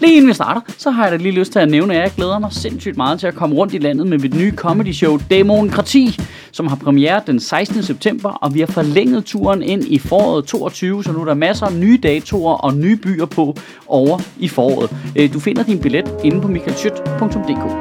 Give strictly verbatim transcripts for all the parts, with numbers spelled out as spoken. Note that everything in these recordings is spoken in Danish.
Lige inden vi starter, så har jeg da lige lyst til at nævne, at jeg glæder mig sindssygt meget til at komme rundt i landet med mit nye comedy show Dæmonkrati, som har premiere den sekstende september, og vi har forlænget turen ind i foråret toogtyve, så nu er der masser af nye datoer og nye byer på over i foråret. Du finder din billet inde på michael schødt punktum d k.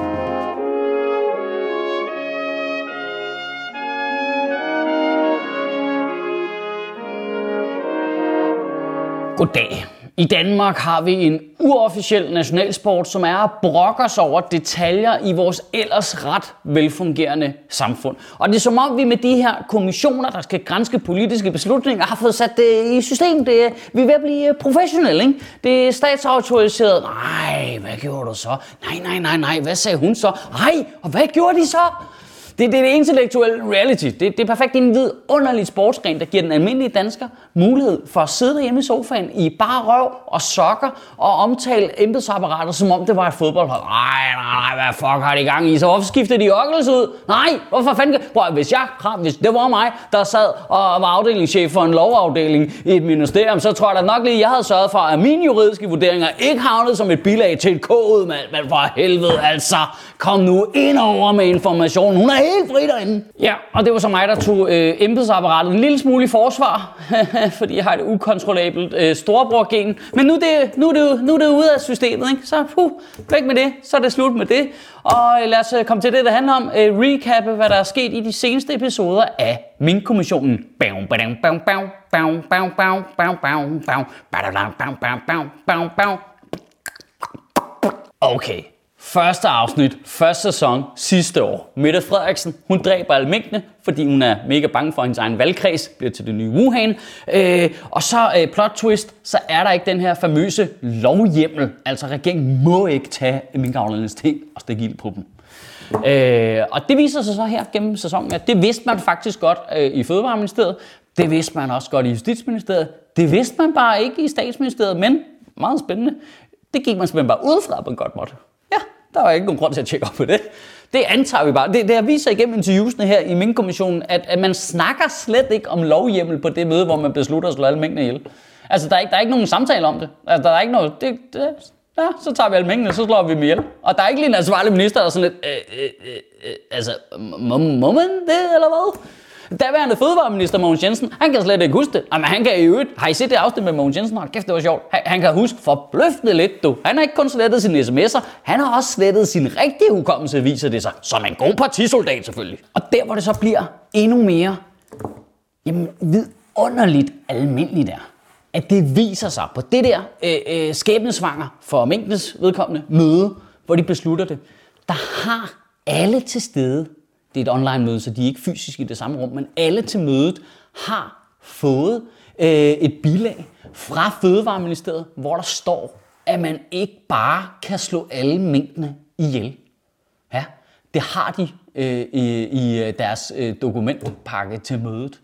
Goddag. I Danmark har vi en uofficiel nationalsport, som er at brokke os over detaljer i vores ellers ret velfungerende samfund. Og det er som om vi med de her kommissioner, der skal granske politiske beslutninger, har fået sat det i system. Det er, vi er ved at blive professionelle, ikke? Det er statsautoriseret. Nej, hvad gjorde du så? Nej, nej, nej, nej, hvad sagde hun så? Nej, og hvad gjorde de så? Det, det er det intellektuelle reality. Det, det er perfekt en vidunderlig sportsgren, der giver den almindelige dansker mulighed for at sidde hjemme i sofaen i bare røv og sokker og omtale embedsapparatet, som om det var et fodboldhold. Nej, nej, nej, hvad fuck har de gang i? Så hvorfor skifter de Ockels ud? Nej, hvorfor fanden? Prøv, hvis jeg, hvis det var mig, der sad og var afdelingschef for en lovafdeling i et ministerium, så tror jeg da nok lige, jeg havde sørget for, at mine juridiske vurderinger ikke havnede som et bilag til et K-ud, men for helvede altså. Kom nu ind over med information. Hun er helt fri derinde. Ja, og det var så mig, der tog øh, embedsapparatet en lille smule i forsvar, fordi jeg har et ukontrollabelt øh, storebror-gen. Men nu er, det, nu, er det, nu er det ude af systemet, ikke? Så puh, væk med det. Så er det slut med det. Og øh, lad os komme til det, der handler om. Øh, recappe, hvad der er sket i de seneste episoder af Minkkommissionen. Okay. Første afsnit, første sæson, sidste år. Mette Frederiksen, hun dræber alle minkene, fordi hun er mega bange for, at hendes egen valgkreds bliver til det nye Wuhan. Øh, og så øh, plot twist, så er der ikke den her famøse lovhjemmel. Altså regeringen må ikke tage minkavlernes ting og stikke ild på dem. Øh, og det viser sig så her gennem sæsonen, at det vidste man faktisk godt øh, i Fødevareministeriet. Det vidste man også godt i Justitsministeriet. Det vidste man bare ikke i Statsministeriet, men meget spændende. Det gik man simpelthen bare ud fra, at man godt måtte. Der var ikke nogen grund til at tjekke op på det. Det antager vi bare. Det, det har vist sig igennem interviewsene her i Minkkommissionen, at, at man snakker slet ikke om lovhjemmel på det møde, hvor man beslutter at slå alle minkene ihjel. Altså, der er ikke, der er ikke nogen samtale om det. Altså, der er ikke noget... Det, det, ja, så tager vi alle minkene, så slår vi dem ihjel. Og der er ikke lige en ansvarlig minister, der er sådan lidt... Øh, øh, øh, altså, må, må man det, eller hvad? Daværende fødevareminister Mogens Jensen, han kan slet ikke huske det. Jamen, han kan i øvrigt, har I set det afsnit med Mogens Jensen? Hold kæft, det var sjovt. Han, han kan huske forbløffende lidt, du. Han har ikke kun slettet sine sms'er, han har også slettet sin rigtige hukommelse, viser det sig. Som en god partisoldat selvfølgelig. Og der, hvor det så bliver endnu mere, jamen, vidunderligt almindeligt er, at det viser sig på det der øh, øh, skæbnesvanger for minkenes vedkommende møde, hvor de beslutter det. Der har alle til stede. Det er et online møde, så de er ikke fysisk i det samme rum, men alle til mødet har fået øh, et bilag fra Fødevareministeriet, hvor der står, at man ikke bare kan slå alle minkene ihjel. Ja, det har de øh, i, i deres øh, dokumentpakke til mødet.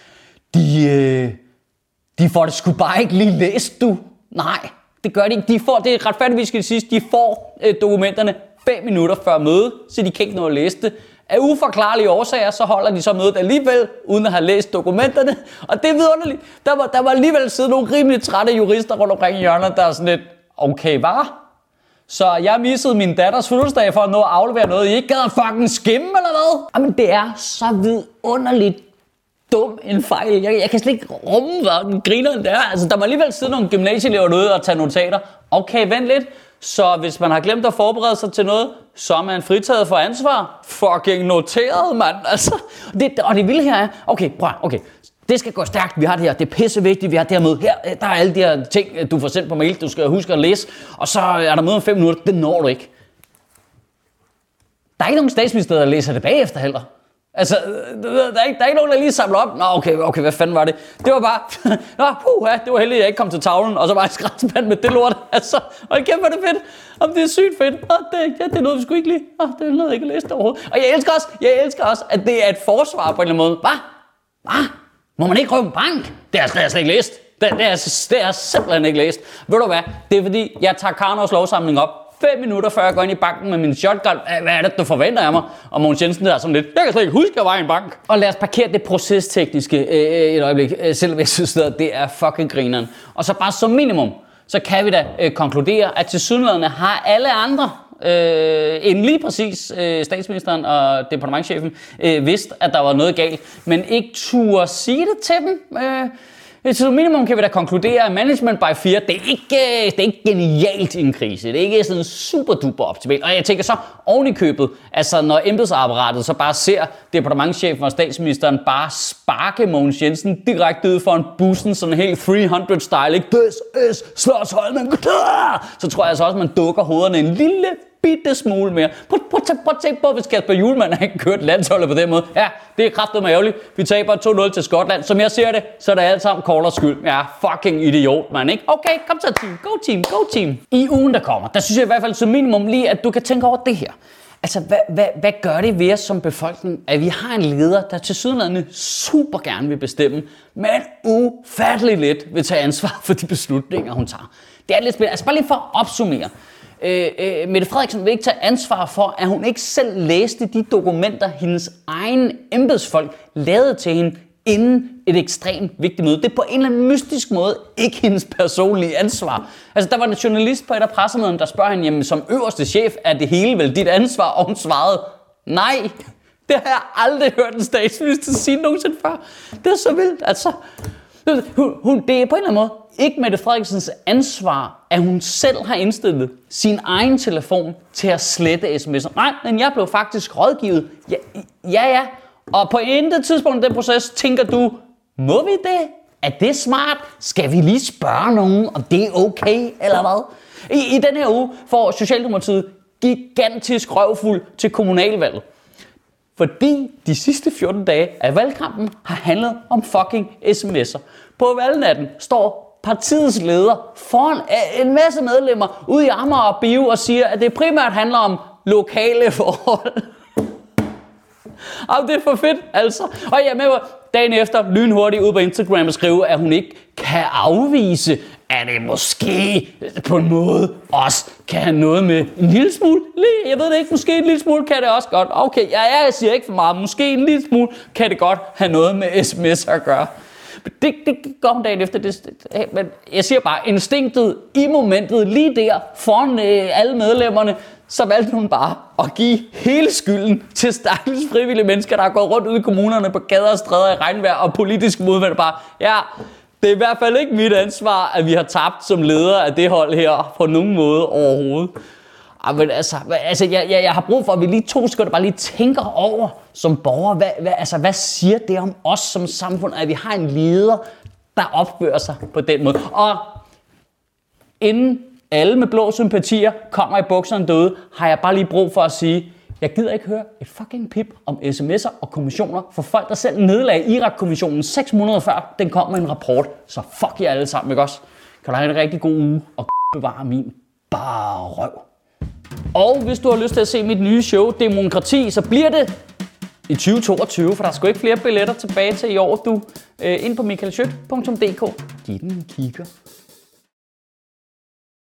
De, øh, de får det sgu bare ikke lige læst, du. Nej, det gør de ikke. De får, det er retfærdigvis skal det siges, de får øh, dokumenterne fem minutter før mødet, så de kan ikke nå at læse det. Af uforklarlige årsager, så holder de så mødet alligevel, uden at have læst dokumenterne. Og det er vidunderligt. Der var, der var alligevel siddet nogle rimelig trætte jurister rundt omkring i hjørnet, der er sådan lidt, okay, hvad? Så jeg missede min datters fødselsdag for at nå at aflevere noget, I ikke gad at fucking skimme, eller hvad? Jamen, det er så vidunderligt dum en fejl. Jeg, jeg kan slet ikke rumme, hvad den griner der. Altså, der må alligevel sidde nogle gymnasieelever derude og tage notater. Okay, vent lidt. Så hvis man har glemt at forberede sig til noget, så er man fritaget for ansvar. Fucking noteret, mand. Altså, det, og det vilde her er, okay, prøv, okay, det skal gå stærkt, vi har det her, det er pissevigtigt, vi har det her møde. Her, der er alle de her ting, du får sendt på mail, du skal huske at læse, og så er der møde om fem minutter, det når du ikke. Der er ikke nogen statsminister, der læser det bagefter heller. Altså, der er, ikke, der er ikke nogen, der lige samler op. Nå, okay, okay, hvad fanden var det? Det var bare, nå, puh, ja, det var heldigt, at jeg ikke kom til tavlen, og så var jeg skraldespand med det lort. Altså, og det kæmper det fedt. Om det er sygt fedt. Og det, ja, det er noget, vi skulle ikke lide. Og det er noget, jeg ikke har læst overhovedet. Og jeg elsker også, jeg elsker også, at det er et forsvar på en eller anden måde. Hvad? Hvad? Må man ikke røve en bank? Det har jeg slet ikke læst. Det, det, er, det har simpelthen ikke læst. Ved du hvad? Det er fordi, jeg tager Karnovs lovsamling op. Fem minutter før jeg går ind i banken med min shotgun. Hvad er det, du forventer af mig? Og Mogens Jensen der er sådan lidt, jeg kan slet ikke huske, at jeg var i en bank. Og lad os parkere det procestekniske øh, et øjeblik. Selv hvis jeg synes, det er fucking grineren. Og så bare som minimum, så kan vi da øh, konkludere, at tilsyneladende har alle andre øh, end lige præcis øh, statsministeren og departementschefen øh, vidst, at der var noget galt, men ikke turde sige det til dem. Øh, Til minimum kan vi da konkludere, at management by fear, det er ikke, det er ikke genialt i en krise. Det er ikke sådan super duper optimalt. Og jeg tænker så oven i købet, altså når embedsapparatet så bare ser departementschefen og statsministeren bare sparke Mogens Jensen direkte ud foran bussen, sådan helt tre hundrede style, ikke? This is Slotsholmen. Så tror jeg altså også, at man dukker hovederne en lille bitte smule mere. Prøv, prøv, prøv, prøv at tænke på, hvis Kasper Hjulmand har ikke kørt landsholdet på den måde. Ja, det er kraftedeme ærgerligt. Vi taber to nul til Skotland. Som jeg ser det, så er det alt sammen Callers skyld. Ja, fucking idiot, man, ikke? Okay, kom så team. Go team, go team. I ugen, der kommer, der synes jeg i hvert fald som minimum lige, at du kan tænke over det her. Altså, hvad, hvad, hvad gør det ved os som befolkning, at vi har en leder, der tilsyneladende super gerne vil bestemme, men ufatteligt lidt vil tage ansvar for de beslutninger, hun tager. Det er lidt spændende. Altså, bare lige for at opsummere. Øh, øh, Mette Frederiksen vil ikke tage ansvar for, at hun ikke selv læste de dokumenter, hendes egen embedsfolk lavede til hende inden et ekstremt vigtigt møde. Det er på en eller anden mystisk måde ikke hendes personlige ansvar. Altså, der var en journalist på et af pressemøderne, der spørger hende, jamen som øverste chef, er det hele vel dit ansvar? Og hun svarede, nej, det har jeg aldrig hørt en statsminister sige nogensinde før. Det er så vildt, altså. Hun, hun, det er på en eller anden måde ikke Mette Frederiksens ansvar, at hun selv har indstillet sin egen telefon til at slette sms'er. Nej, men jeg blev faktisk rådgivet. Ja, ja, ja. Og på intet tidspunkt i den proces tænker du, må vi det? Er det smart? Skal vi lige spørge nogen, om det er okay, eller hvad? I, i den her uge får Socialdemokratiet gigantisk røvfuld til kommunalvalget. Fordi de sidste fjorten dage af valgkampen har handlet om fucking sms'er. På valgnatten står partiets leder foran en masse medlemmer ude i Amager og Bio og siger, at det primært handler om lokale forhold. Og det er for fedt, altså. Og jeg er med dagen efter lynhurtigt ud på Instagram og skrive, at hun ikke kan afvise, at det måske på en måde også kan have noget med en lille smule. Jeg ved det ikke, måske en lille smule kan det også godt. Okay, jeg, jeg siger ikke for meget, måske en lille smule kan det godt have noget med sms'er at gøre. Det, det går om dagen efter det. Men jeg siger bare, instinktet i momentet, lige der foran øh, alle medlemmerne, så valgte hun bare at give hele skylden til stakkels frivillige mennesker, der har gået rundt ude i kommunerne på gader og stræder i regnvejr og politisk modvind. Bare, ja, det er i hvert fald ikke mit ansvar, at vi har tabt som leder af det hold her på nogen måde overhovedet. Men altså, altså jeg, jeg, jeg har brug for, at vi lige to sekunder bare lige tænker over som borgere. Hvad, hvad, altså, hvad siger det om os som samfund, at vi har en leder, der opfører sig på den måde? Og inden alle med blå sympatier kommer i bukserne derude, har jeg bare lige brug for at sige, jeg gider ikke høre et fucking pip om sms'er og kommissioner for folk, der selv nedlagde Irak-kommissionen seks måneder før den kom med en rapport. Så fuck jer alle sammen, ikke også? Kan du have en rigtig god uge og bevare min bare røv. Og hvis du har lyst til at se mit nye show, Demokrati, så bliver det i tyve toogtyve, for der er sgu ikke flere billetter tilbage til i år, du. Ind på michael schiødt punktum d k. Giv den en kigger.